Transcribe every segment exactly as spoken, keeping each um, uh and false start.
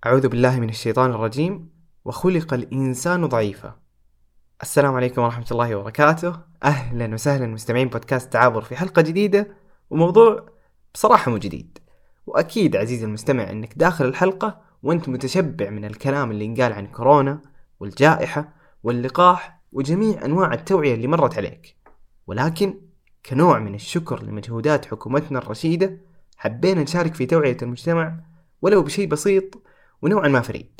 أعوذ بالله من الشيطان الرجيم. وخلق الإنسان ضعيفا. السلام عليكم ورحمة الله وبركاته. أهلا وسهلا مستمعين بودكاست تعابر في حلقة جديدة وموضوع بصراحة مو جديد. وأكيد عزيزي المستمع أنك داخل الحلقة وأنت متشبع من الكلام اللي ينقال عن كورونا والجائحة واللقاح وجميع أنواع التوعية اللي مرت عليك، ولكن كنوع من الشكر لمجهودات حكومتنا الرشيدة حبينا نشارك في توعية المجتمع ولو بشيء بسيط ونوعا ما فريد.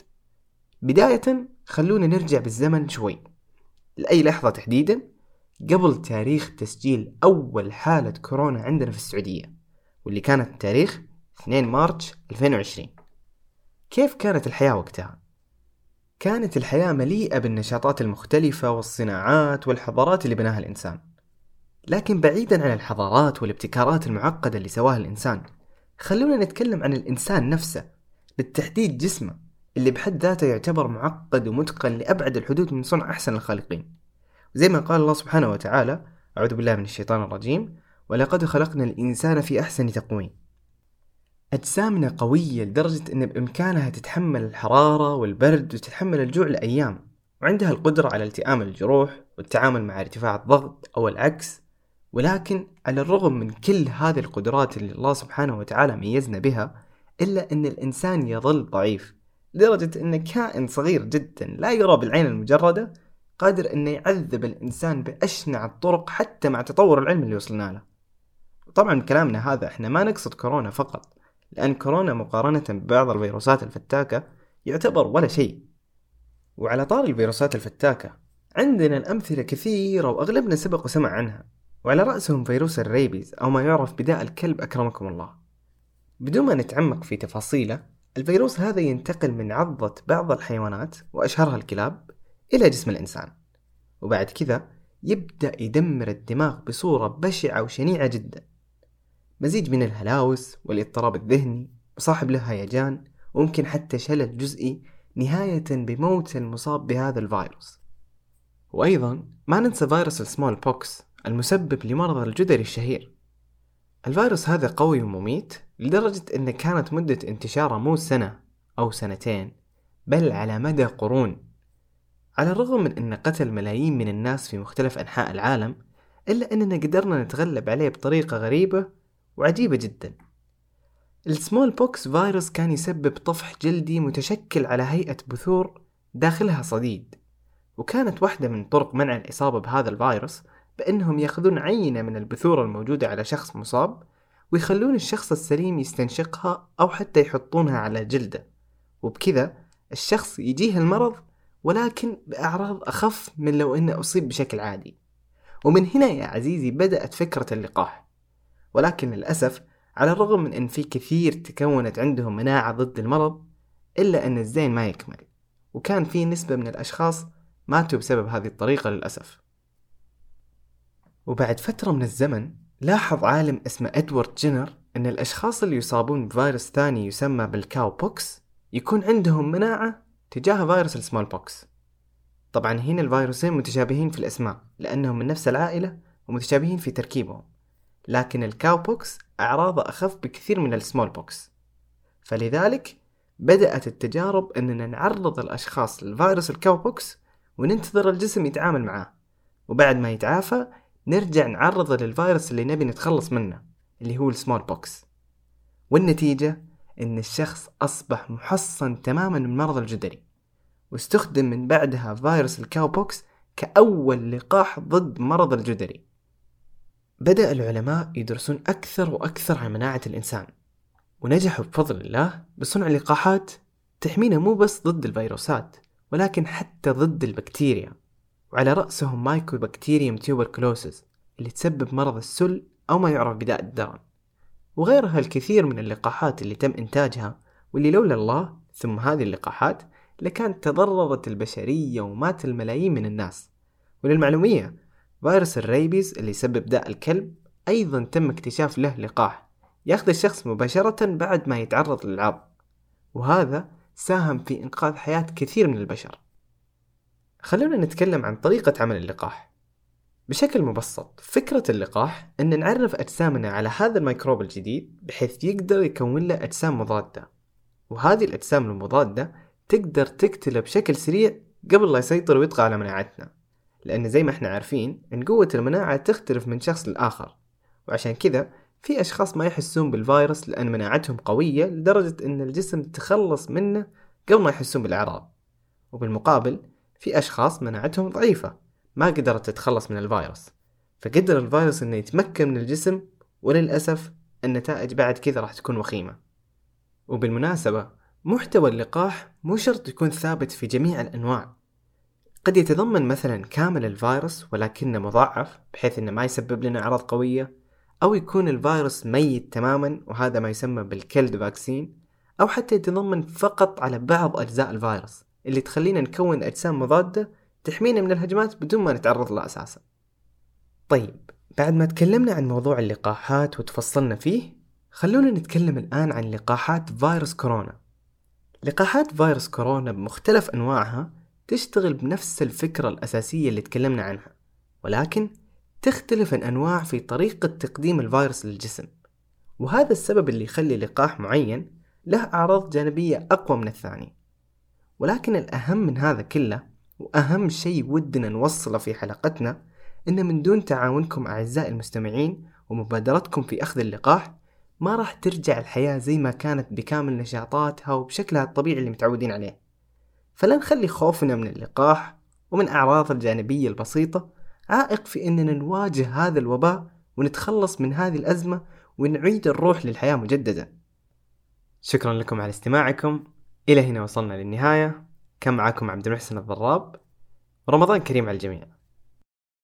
بداية خلونا نرجع بالزمن شوي لأي لحظة تحديدا قبل تاريخ تسجيل أول حالة كورونا عندنا في السعودية، واللي كانت تاريخ اثنين مارس ألفين وعشرين. كيف كانت الحياة وقتها؟ كانت الحياة مليئة بالنشاطات المختلفة والصناعات والحضارات اللي بناها الإنسان، لكن بعيدا عن الحضارات والابتكارات المعقدة اللي سواها الإنسان، خلونا نتكلم عن الإنسان نفسه، بالتحديد جسمه اللي بحد ذاته يعتبر معقد ومتقن لأبعد الحدود من صنع أحسن الخالقين. زي ما قال الله سبحانه وتعالى: أعوذ بالله من الشيطان الرجيم، ولقد خلقنا الإنسان في أحسن تقويم. أجسامنا قوية لدرجة أن بإمكانها تتحمل الحرارة والبرد وتتحمل الجوع لأيام، وعندها القدرة على التئام الجروح والتعامل مع ارتفاع الضغط أو العكس. ولكن على الرغم من كل هذه القدرات اللي الله سبحانه وتعالى ميزنا بها، إلا أن الإنسان يظل ضعيف لدرجة أنه كائن صغير جدا لا يرى بالعين المجردة قادر أنه يعذب الإنسان بأشنع الطرق حتى مع تطور العلم اللي وصلنا له. طبعا بكلامنا هذا احنا ما نقصد كورونا فقط، لأن كورونا مقارنة ببعض الفيروسات الفتاكة يعتبر ولا شيء. وعلى طار الفيروسات الفتاكة عندنا الأمثلة كثيرة وأغلبنا سبق وسمع عنها، وعلى رأسهم فيروس الريبيز أو ما يعرف بداء الكلب أكرمكم الله. بدون ما نتعمق في تفاصيله، الفيروس هذا ينتقل من عضة بعض الحيوانات وأشهرها الكلاب إلى جسم الإنسان، وبعد كذا يبدأ يدمر الدماغ بصورة بشعة وشنيعة جدا، مزيج من الهلاوس والاضطراب الذهني، وصاحب له هيجان وممكن حتى شلل جزئي، نهاية بموت المصاب بهذا الفيروس. وأيضا ما ننسى فيروس السمول بوكس المسبب لمرض الجدري الشهير. الفيروس هذا قوي ومميت لدرجة أن كانت مدة انتشاره مو سنة أو سنتين، بل على مدى قرون. على الرغم من أن قتل ملايين من الناس في مختلف أنحاء العالم، إلا أننا قدرنا نتغلب عليه بطريقة غريبة وعجيبة جدا. السمول بوكس فيروس كان يسبب طفح جلدي متشكل على هيئة بثور داخلها صديد، وكانت واحدة من طرق منع الإصابة بهذا الفيروس بأنهم يأخذون عينة من البثور الموجودة على شخص مصاب ويخلون الشخص السليم يستنشقها أو حتى يحطونها على جلده، وبكذا الشخص يجيه المرض ولكن بأعراض أخف من لو أنه أصيب بشكل عادي. ومن هنا يا عزيزي بدأت فكرة اللقاح. ولكن للأسف على الرغم من أن في كثير تكونت عندهم مناعة ضد المرض، إلا أن الزين ما يكمل، وكان في نسبة من الأشخاص ماتوا بسبب هذه الطريقة للأسف. وبعد فترة من الزمن لاحظ عالم اسمه إدوارد جينر أن الأشخاص اللي يصابون بفيروس ثاني يسمى بالكاو بوكس يكون عندهم مناعة تجاه فيروس السمول بوكس. طبعا هنا الفيروسين متشابهين في الأسماء لأنهم من نفس العائلة ومتشابهين في تركيبهم، لكن الكاو بوكس أعراضه أخف بكثير من السمول بوكس. فلذلك بدأت التجارب أننا نعرض الأشخاص للفيروس الكاو بوكس وننتظر الجسم يتعامل معاه، وبعد ما يتعافى نرجع نعرضه للفيروس اللي نبي نتخلص منه اللي هو السمول بوكس. والنتيجة ان الشخص اصبح محصن تماما من مرض الجدري، واستخدم من بعدها فيروس الكاو بوكس كأول لقاح ضد مرض الجدري. بدأ العلماء يدرسون أكثر وأكثر عن مناعة الإنسان، ونجحوا بفضل الله بصنع لقاحات تحمينا مو بس ضد الفيروسات ولكن حتى ضد البكتيريا، وعلى رأسهم مايكوبكتيريوم تيوبركلوسيس اللي تسبب مرض السل أو ما يعرف بداء الدرن، وغيرها الكثير من اللقاحات اللي تم إنتاجها، واللي لولا الله ثم هذه اللقاحات لكانت تضررت البشرية ومات الملايين من الناس. وللمعلومية فيروس الريبيز اللي يسبب داء الكلب أيضا تم اكتشاف له لقاح يأخذ الشخص مباشرة بعد ما يتعرض للعض، وهذا ساهم في إنقاذ حياة كثير من البشر. خلونا نتكلم عن طريقة عمل اللقاح بشكل مبسط. فكرة اللقاح أن نعرف أجسامنا على هذا الميكروب الجديد بحيث يقدر يكون له أجسام مضادة، وهذه الأجسام المضادة تقدر تقتله بشكل سريع قبل لا يسيطر ويطغى على مناعتنا، لأن زي ما احنا عارفين إن قوة المناعة تختلف من شخص لآخر، وعشان كذا في أشخاص ما يحسون بالفيروس لأن مناعتهم قوية لدرجة إن الجسم تخلص منه قبل ما يحسون بالأعراض، وبالمقابل في أشخاص مناعتهم ضعيفة ما قدرت تتخلص من الفيروس، فقدر الفيروس إنه يتمكن من الجسم، وللأسف النتائج بعد كذا راح تكون وخيمة. وبالمناسبة محتوى اللقاح مو شرط يكون ثابت في جميع الأنواع، قد يتضمن مثلا كامل الفيروس ولكنه مضاعف بحيث إنه ما يسبب لنا أعراض قوية، أو يكون الفيروس ميت تماما وهذا ما يسمى بالكيلد فاكسين، أو حتى يتضمن فقط على بعض أجزاء الفيروس اللي تخلينا نكون أجسام مضادة تحمينا من الهجمات بدون ما نتعرض لها أساسا. طيب بعد ما تكلمنا عن موضوع اللقاحات وتفصلنا فيه، خلونا نتكلم الآن عن لقاحات فيروس كورونا. لقاحات فيروس كورونا بمختلف أنواعها تشتغل بنفس الفكرة الأساسية اللي تكلمنا عنها، ولكن تختلف الأنواع في طريقة تقديم الفيروس للجسم، وهذا السبب اللي يخلي لقاح معين له أعراض جانبية أقوى من الثاني. ولكن الأهم من هذا كله وأهم شيء ودنا نوصله في حلقتنا إن من دون تعاونكم أعزائي المستمعين ومبادرتكم في أخذ اللقاح ما راح ترجع الحياة زي ما كانت بكامل نشاطاتها وبشكلها الطبيعي اللي متعودين عليه. فلا نخلي خوفنا من اللقاح ومن أعراض الجانبية البسيطة عائق في إننا نواجه هذا الوباء ونتخلص من هذه الأزمة ونعيد الروح للحياة مجددا. شكرا لكم على استماعكم، إلى هنا وصلنا للنهاية. كان معكم عبد المحسن الضراب، ورمضان كريم على الجميع.